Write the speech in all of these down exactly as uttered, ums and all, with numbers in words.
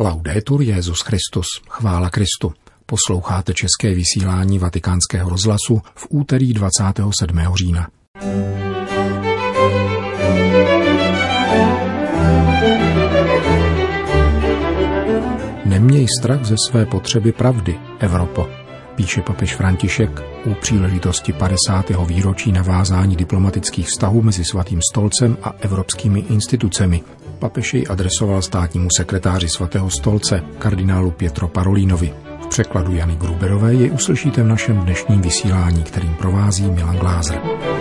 Laudetur Jesus Christus, chvála Kristu. Posloucháte české vysílání Vatikánského rozhlasu v úterý dvacátého sedmého října. Neměj strach ze své potřeby pravdy, Evropo, píše papež František u příležitosti padesátého výročí navázání diplomatických vztahů mezi Svatým stolcem a evropskými institucemi. Papež jej adresoval státnímu sekretáři Svatého stolce, kardinálu Pietro Parolinovi. V překladu Jany Gruberové jej uslyšíte v našem dnešním vysílání, kterým provází Milan Glázer.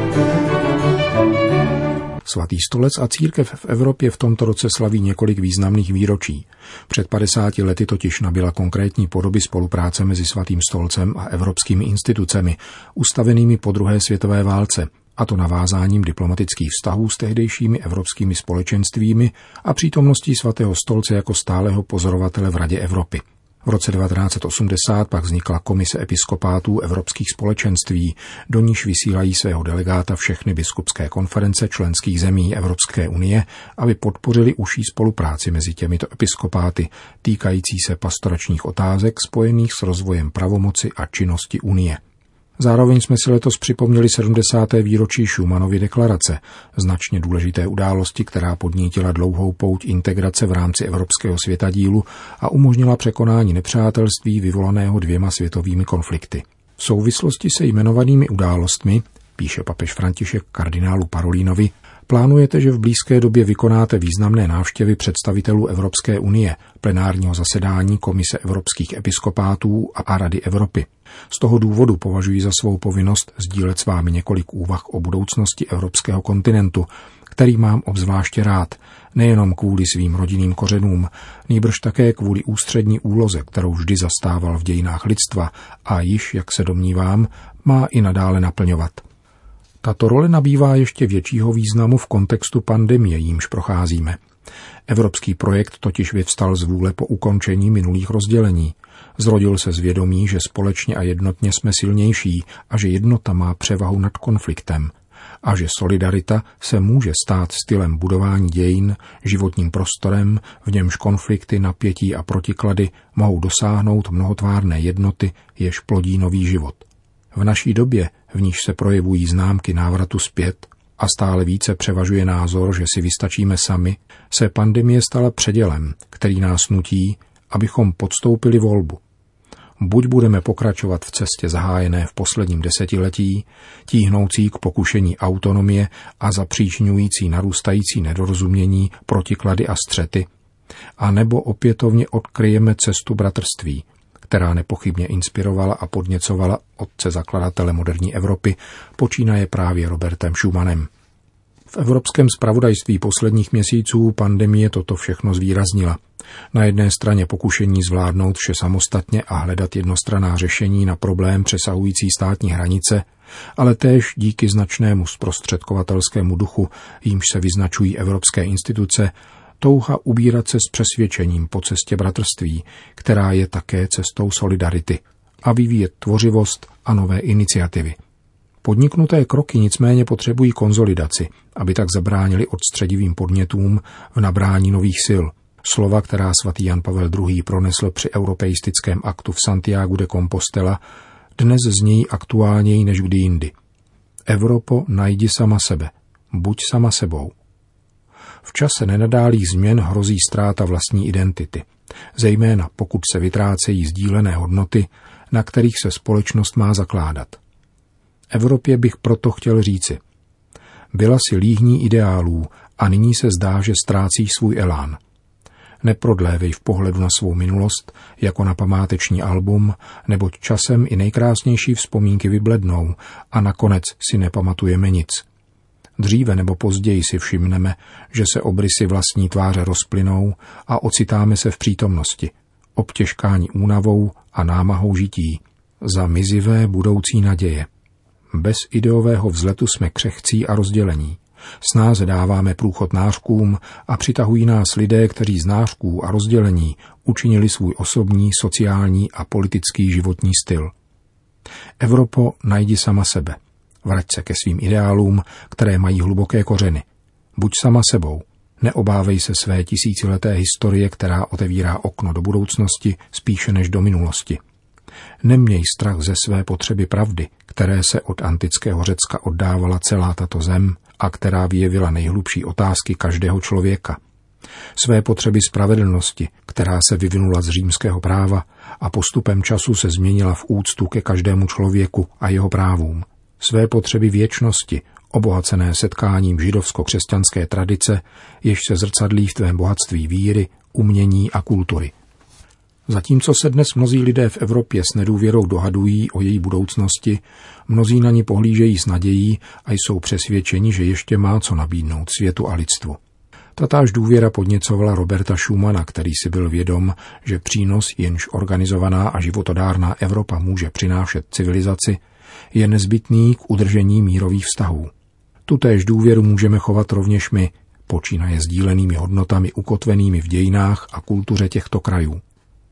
Svatý stolec a církev v Evropě v tomto roce slaví několik významných výročí. Před padesáti lety totiž nabyla konkrétní podoby spolupráce mezi Svatým stolcem a evropskými institucemi, ustavenými po druhé světové válce, a to navázáním diplomatických vztahů s tehdejšími evropskými společenstvími a přítomností Svatého stolce jako stálého pozorovatele v Radě Evropy. V roce devatenáct set osmdesát pak vznikla Komise episkopátů evropských společenství, do níž vysílají svého delegáta všechny biskupské konference členských zemí Evropské unie, aby podpořili užší spolupráci mezi těmito episkopáty, týkající se pastoračních otázek spojených s rozvojem pravomoci a činnosti unie. Zároveň jsme si letos připomněli sedmdesáté výročí Schumannovy deklarace, značně důležité události, která podnítila dlouhou pouť integrace v rámci evropského světadílu a umožnila překonání nepřátelství vyvolaného dvěma světovými konflikty. V souvislosti se jmenovanými událostmi, píše papež František kardinálu Parolinovi, plánujete, že v blízké době vykonáte významné návštěvy představitelů Evropské unie, plenárního zasedání Komise evropských episkopátů a Rady Evropy. Z toho důvodu považuji za svou povinnost sdílet s vámi několik úvah o budoucnosti evropského kontinentu, který mám obzvláště rád, nejenom kvůli svým rodinným kořenům, nýbrž také kvůli ústřední úloze, kterou vždy zastával v dějinách lidstva a již, jak se domnívám, má i nadále naplňovat. Tato role nabývá ještě většího významu v kontextu pandemie, jímž procházíme. Evropský projekt totiž vyvstal z vůle po ukončení minulých rozdělení. Zrodil se z vědomí, že společně a jednotně jsme silnější a že jednota má převahu nad konfliktem. A že solidarita se může stát stylem budování dějin, životním prostorem, v němž konflikty, napětí a protiklady mohou dosáhnout mnohotvárné jednoty, jež plodí nový život. V naší době, v níž se projevují známky návratu zpět a stále více převažuje názor, že si vystačíme sami, se pandemie stala předělem, který nás nutí, abychom podstoupili volbu. Buď budeme pokračovat v cestě zahájené v posledním desetiletí, tíhnoucí k pokušení autonomie a zapříčiňující narůstající nedorozumění, protiklady a střety, a nebo opětovně odkryjeme cestu bratrství, která nepochybně inspirovala a podněcovala otce zakladatele moderní Evropy, počínaje právě Robertem Schumannem. V evropském zpravodajství posledních měsíců pandemie toto všechno zvýraznila. Na jedné straně pokušení zvládnout vše samostatně a hledat jednostranná řešení na problém přesahující státní hranice, ale též díky značnému zprostředkovatelskému duchu, jímž se vyznačují evropské instituce, touha ubírat se s přesvědčením po cestě bratrství, která je také cestou solidarity, a vyvíjet tvořivost a nové iniciativy. Podniknuté kroky nicméně potřebují konzolidaci, aby tak zabránili odstředivým podnětům v nabrání nových sil. Slova, která svatý Jan Pavel druhý. Pronesl při europeistickém aktu v Santiagu de Compostela, dnes znějí aktuálněji než kdy jindy. Evropo, najdi sama sebe, buď sama sebou. V čase nenadálých změn hrozí ztráta vlastní identity, zejména pokud se vytrácejí sdílené hodnoty, na kterých se společnost má zakládat. Evropě bych proto chtěl říci: byla si líhní ideálů a nyní se zdá, že ztrácí svůj elán. Neprodlévej v pohledu na svou minulost, jako na památeční album, neboť časem i nejkrásnější vzpomínky vyblednou a nakonec si nepamatujeme nic. Dříve nebo později si všimneme, že se obrysy vlastní tváře rozplynou a ocitáme se v přítomnosti, obtěžkáni únavou a námahou žití, za mizivé budoucí naděje. Bez ideového vzletu jsme křehcí a rozdělení. Snáze dáváme průchod nářkům a přitahují nás lidé, kteří z nářků a rozdělení učinili svůj osobní, sociální a politický životní styl. Evropo, najdi sama sebe. Vrať se ke svým ideálům, které mají hluboké kořeny. Buď sama sebou. Neobávej se své tisícileté historie, která otevírá okno do budoucnosti spíše než do minulosti. Neměj strach ze své potřeby pravdy, které se od antického Řecka oddávala celá tato zem a která vyjevila nejhlubší otázky každého člověka. Své potřeby spravedlnosti, která se vyvinula z římského práva a postupem času se změnila v úctu ke každému člověku a jeho právům. Své potřeby věčnosti, obohacené setkáním židovsko-křesťanské tradice, jež se zrcadlí v tvém bohatství víry, umění a kultury. Zatímco se dnes mnozí lidé v Evropě s nedůvěrou dohadují o její budoucnosti, mnozí na ní pohlížejí s nadějí a jsou přesvědčeni, že ještě má co nabídnout světu a lidstvu. Tatáž důvěra podněcovala Roberta Schumana, který si byl vědom, že přínos, jenž organizovaná a životodárná Evropa může přinášet civilizaci, je nezbytný k udržení mírových vztahů. Tutéž důvěru můžeme chovat rovněž my, počínaje sdílenými hodnotami ukotvenými v dějinách a kultuře těchto krajů.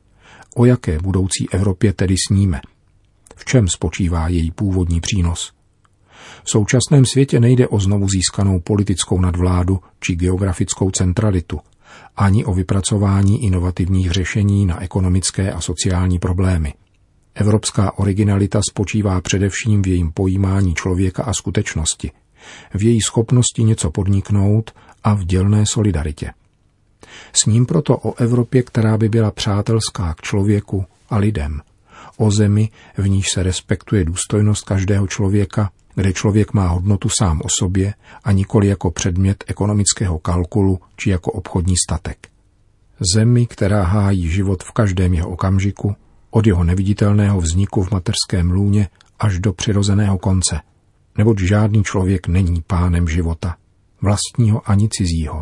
O jaké budoucí Evropě tedy sníme? V čem spočívá její původní přínos? V současném světě nejde o znovu získanou politickou nadvládu či geografickou centralitu, ani o vypracování inovativních řešení na ekonomické a sociální problémy. Evropská originalita spočívá především v jejím pojímání člověka a skutečnosti, v její schopnosti něco podniknout a v dělné solidaritě. Sním proto o Evropě, která by byla přátelská k člověku a lidem, o zemi, v níž se respektuje důstojnost každého člověka, kde člověk má hodnotu sám o sobě a nikoli jako předmět ekonomického kalkulu či jako obchodní statek. Zemi, která hájí život v každém jeho okamžiku, od jeho neviditelného vzniku v mateřském lůně až do přirozeného konce, neboť žádný člověk není pánem života, vlastního ani cizího.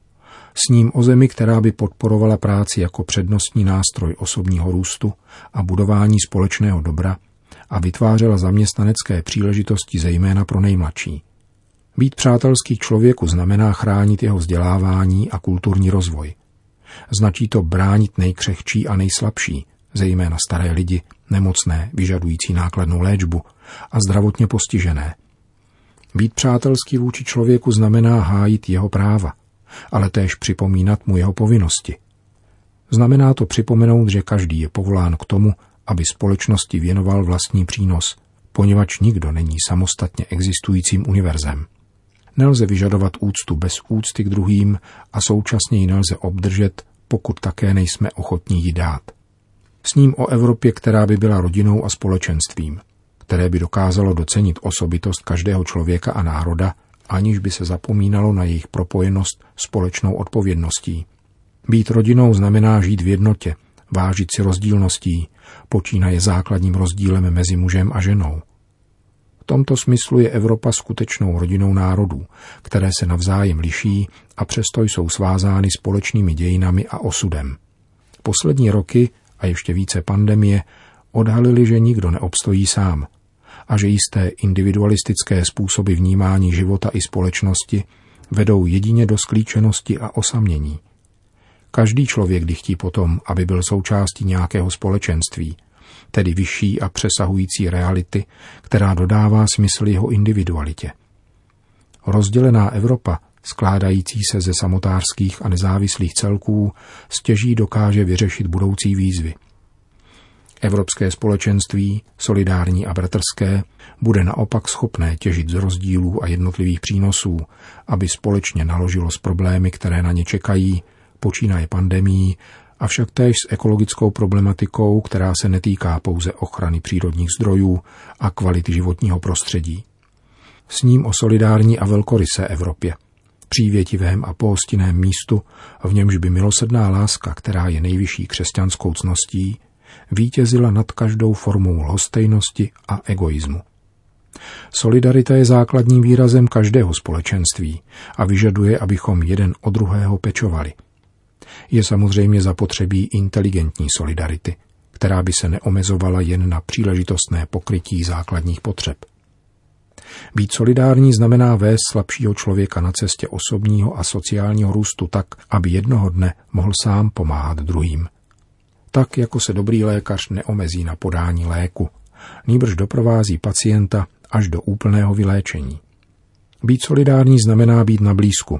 Sním o zemi, která by podporovala práci jako přednostní nástroj osobního růstu a budování společného dobra a vytvářela zaměstnanecké příležitosti zejména pro nejmladší. Být přátelský k člověku znamená chránit jeho vzdělávání a kulturní rozvoj. Značí to bránit nejkřehčí a nejslabší, zejména staré lidi, nemocné, vyžadující nákladnou léčbu a zdravotně postižené. Být přátelský vůči člověku znamená hájit jeho práva, ale též připomínat mu jeho povinnosti. Znamená to připomenout, že každý je povolán k tomu, aby společnosti věnoval vlastní přínos, poněvadž nikdo není samostatně existujícím univerzem. Nelze vyžadovat úctu bez úcty k druhým a současně ji nelze obdržet, pokud také nejsme ochotní ji dát. Sním o Evropě, která by byla rodinou a společenstvím, které by dokázalo docenit osobitost každého člověka a národa, aniž by se zapomínalo na jejich propojenost společnou odpovědností. Být rodinou znamená žít v jednotě, vážit si rozdílností, počínaje základním rozdílem mezi mužem a ženou. V tomto smyslu je Evropa skutečnou rodinou národů, které se navzájem liší a přesto jsou svázány společnými dějinami a osudem. Poslední roky a ještě více pandemie odhalily, že nikdo neobstojí sám a že jisté individualistické způsoby vnímání života i společnosti vedou jedině do sklíčenosti a osamění. Každý člověk dychtí potom, aby byl součástí nějakého společenství, tedy vyšší a přesahující reality, která dodává smysl jeho individualitě. Rozdělená Evropa, skládající se ze samotářských a nezávislých celků, stěží dokáže vyřešit budoucí výzvy. Evropské společenství, solidární a bratrské, bude naopak schopné těžit z rozdílů a jednotlivých přínosů, aby společně naložilo s problémy, které na ně čekají, počínaje pandemií, avšak též s ekologickou problematikou, která se netýká pouze ochrany přírodních zdrojů a kvality životního prostředí. Sním o solidární a velkorysé Evropě, přívětivém a pohostinném místu, v němž by milosrdná láska, která je nejvyšší křesťanskou ctností, vítězila nad každou formou lhostejnosti a egoismu. Solidarita je základním výrazem každého společenství a vyžaduje, abychom jeden o druhého pečovali. Je samozřejmě zapotřebí inteligentní solidarity, která by se neomezovala jen na příležitostné pokrytí základních potřeb. Být solidární znamená vést slabšího člověka na cestě osobního a sociálního růstu tak, aby jednoho dne mohl sám pomáhat druhým. Tak, jako se dobrý lékař neomezí na podání léku, nýbrž doprovází pacienta až do úplného vyléčení. Být solidární znamená být na blízku,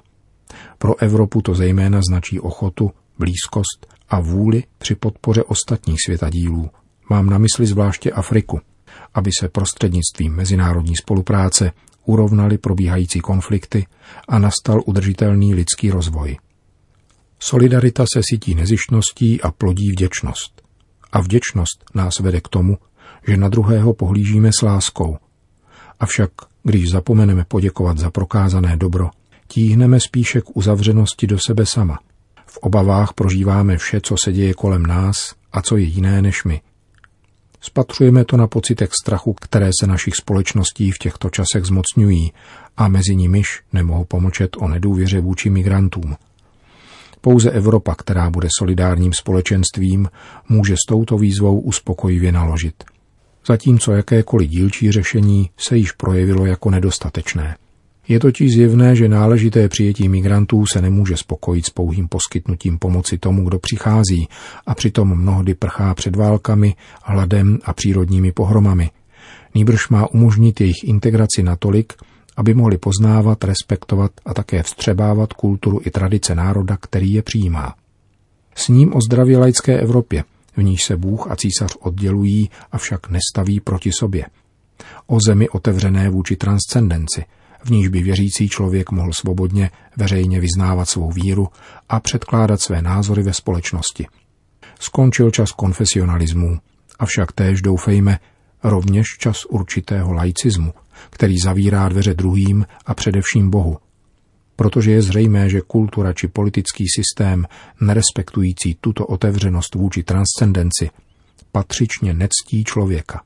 Pro Evropu to zejména značí ochotu, blízkost a vůli při podpoře ostatních světadílů. Mám na mysli zvláště Afriku, aby se prostřednictvím mezinárodní spolupráce urovnaly probíhající konflikty a nastal udržitelný lidský rozvoj. Solidarita se sytí nezištností a plodí vděčnost. A vděčnost nás vede k tomu, že na druhého pohlížíme s láskou. Avšak, když zapomeneme poděkovat za prokázané dobro, tíhneme spíše k uzavřenosti do sebe sama. V obavách prožíváme vše, co se děje kolem nás a co je jiné než my. Spatřujeme to na pocitech strachu, které se našich společností v těchto časech zmocňují a mezi nimiž nemohu pomlčet o nedůvěře vůči migrantům. Pouze Evropa, která bude solidárním společenstvím, může s touto výzvou uspokojivě naložit. Zatímco jakékoliv dílčí řešení se již projevilo jako nedostatečné. Je totiž zjevné, že náležité přijetí migrantů se nemůže spokojit s pouhým poskytnutím pomoci tomu, kdo přichází, a přitom mnohdy prchá před válkami, hladem a přírodními pohromami. Nýbrž má umožnit jejich integraci natolik, aby mohli poznávat, respektovat a také vstřebávat kulturu i tradice národa, který je přijímá. S ním o zdravě laické Evropě, v níž se Bůh a císař oddělují, avšak nestaví proti sobě. O zemi otevřené vůči transcendenci, v níž by věřící člověk mohl svobodně veřejně vyznávat svou víru a předkládat své názory ve společnosti. Skončil čas konfesionalismu, avšak též doufejme rovněž čas určitého laicismu, který zavírá dveře druhým a především Bohu. Protože je zřejmé, že kultura či politický systém nerespektující tuto otevřenost vůči transcendenci patřičně nectí člověka.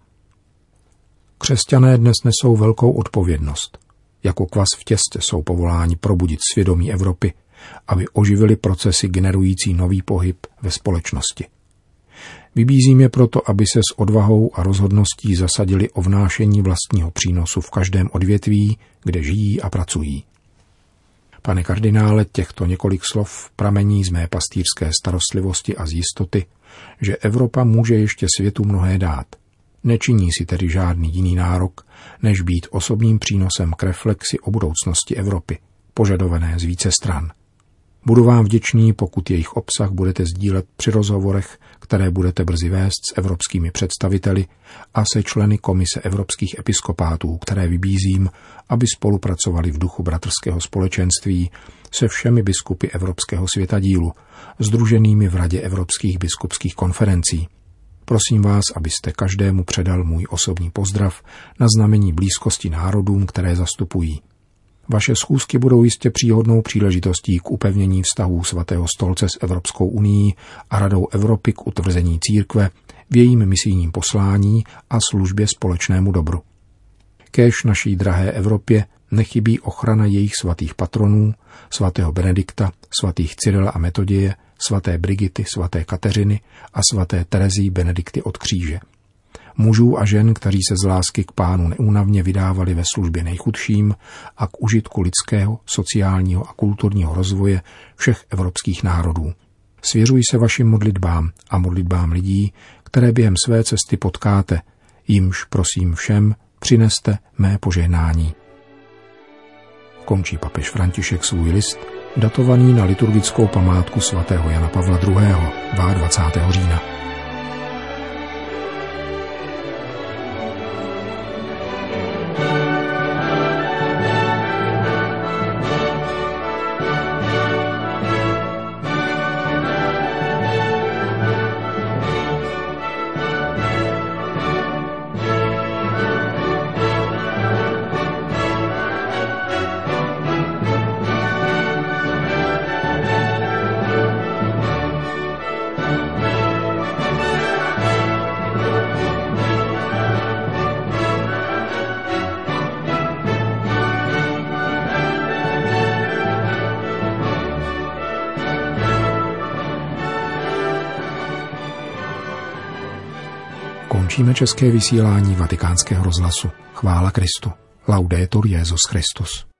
Křesťané dnes nesou velkou odpovědnost. Jako kvas v těstě jsou povoláni probudit svědomí Evropy, aby oživili procesy generující nový pohyb ve společnosti. Vybízím je proto, aby se s odvahou a rozhodností zasadili o vnášení vlastního přínosu v každém odvětví, kde žijí a pracují. Pane kardinále, těchto několik slov pramení z mé pastýřské starostlivosti a z jistoty, že Evropa může ještě světu mnohé dát. Nečiní si tedy žádný jiný nárok, než být osobním přínosem k reflexi o budoucnosti Evropy, požadované z více stran. Budu vám vděčný, pokud jejich obsah budete sdílet při rozhovorech, které budete brzy vést s evropskými představiteli a se členy Komise evropských episkopátů, které vybízím, aby spolupracovali v duchu bratrského společenství se všemi biskupy evropského světadílu, sdruženými v Radě evropských biskupských konferencí. Prosím vás, abyste každému předal můj osobní pozdrav na znamení blízkosti národům, které zastupují. Vaše schůzky budou jistě příhodnou příležitostí k upevnění vztahů svatého stolce s Evropskou unií a Radou Evropy k utvrzení církve v jejím misijním poslání a službě společnému dobru. Kéž naší drahé Evropě nechybí ochrana jejich svatých patronů, svatého Benedikta, svatých Cyrila a Metoděje, svaté Brigity, svaté Kateřiny a svaté Terezy Benedikty od kříže. Mužů a žen, kteří se z lásky k Pánu neúnavně vydávali ve službě nejchudším a k užitku lidského, sociálního a kulturního rozvoje všech evropských národů. Svěřuji se vašim modlitbám a modlitbám lidí, které během své cesty potkáte, jimž prosím všem přineste mé požehnání. Končí papež František svůj list, datovaný na liturgickou památku svatého Jana Pavla druhého. dvacátého druhého října. Končíme české vysílání Vatikánského rozhlasu. Chvála Kristu. Laudetur Jesus Christus.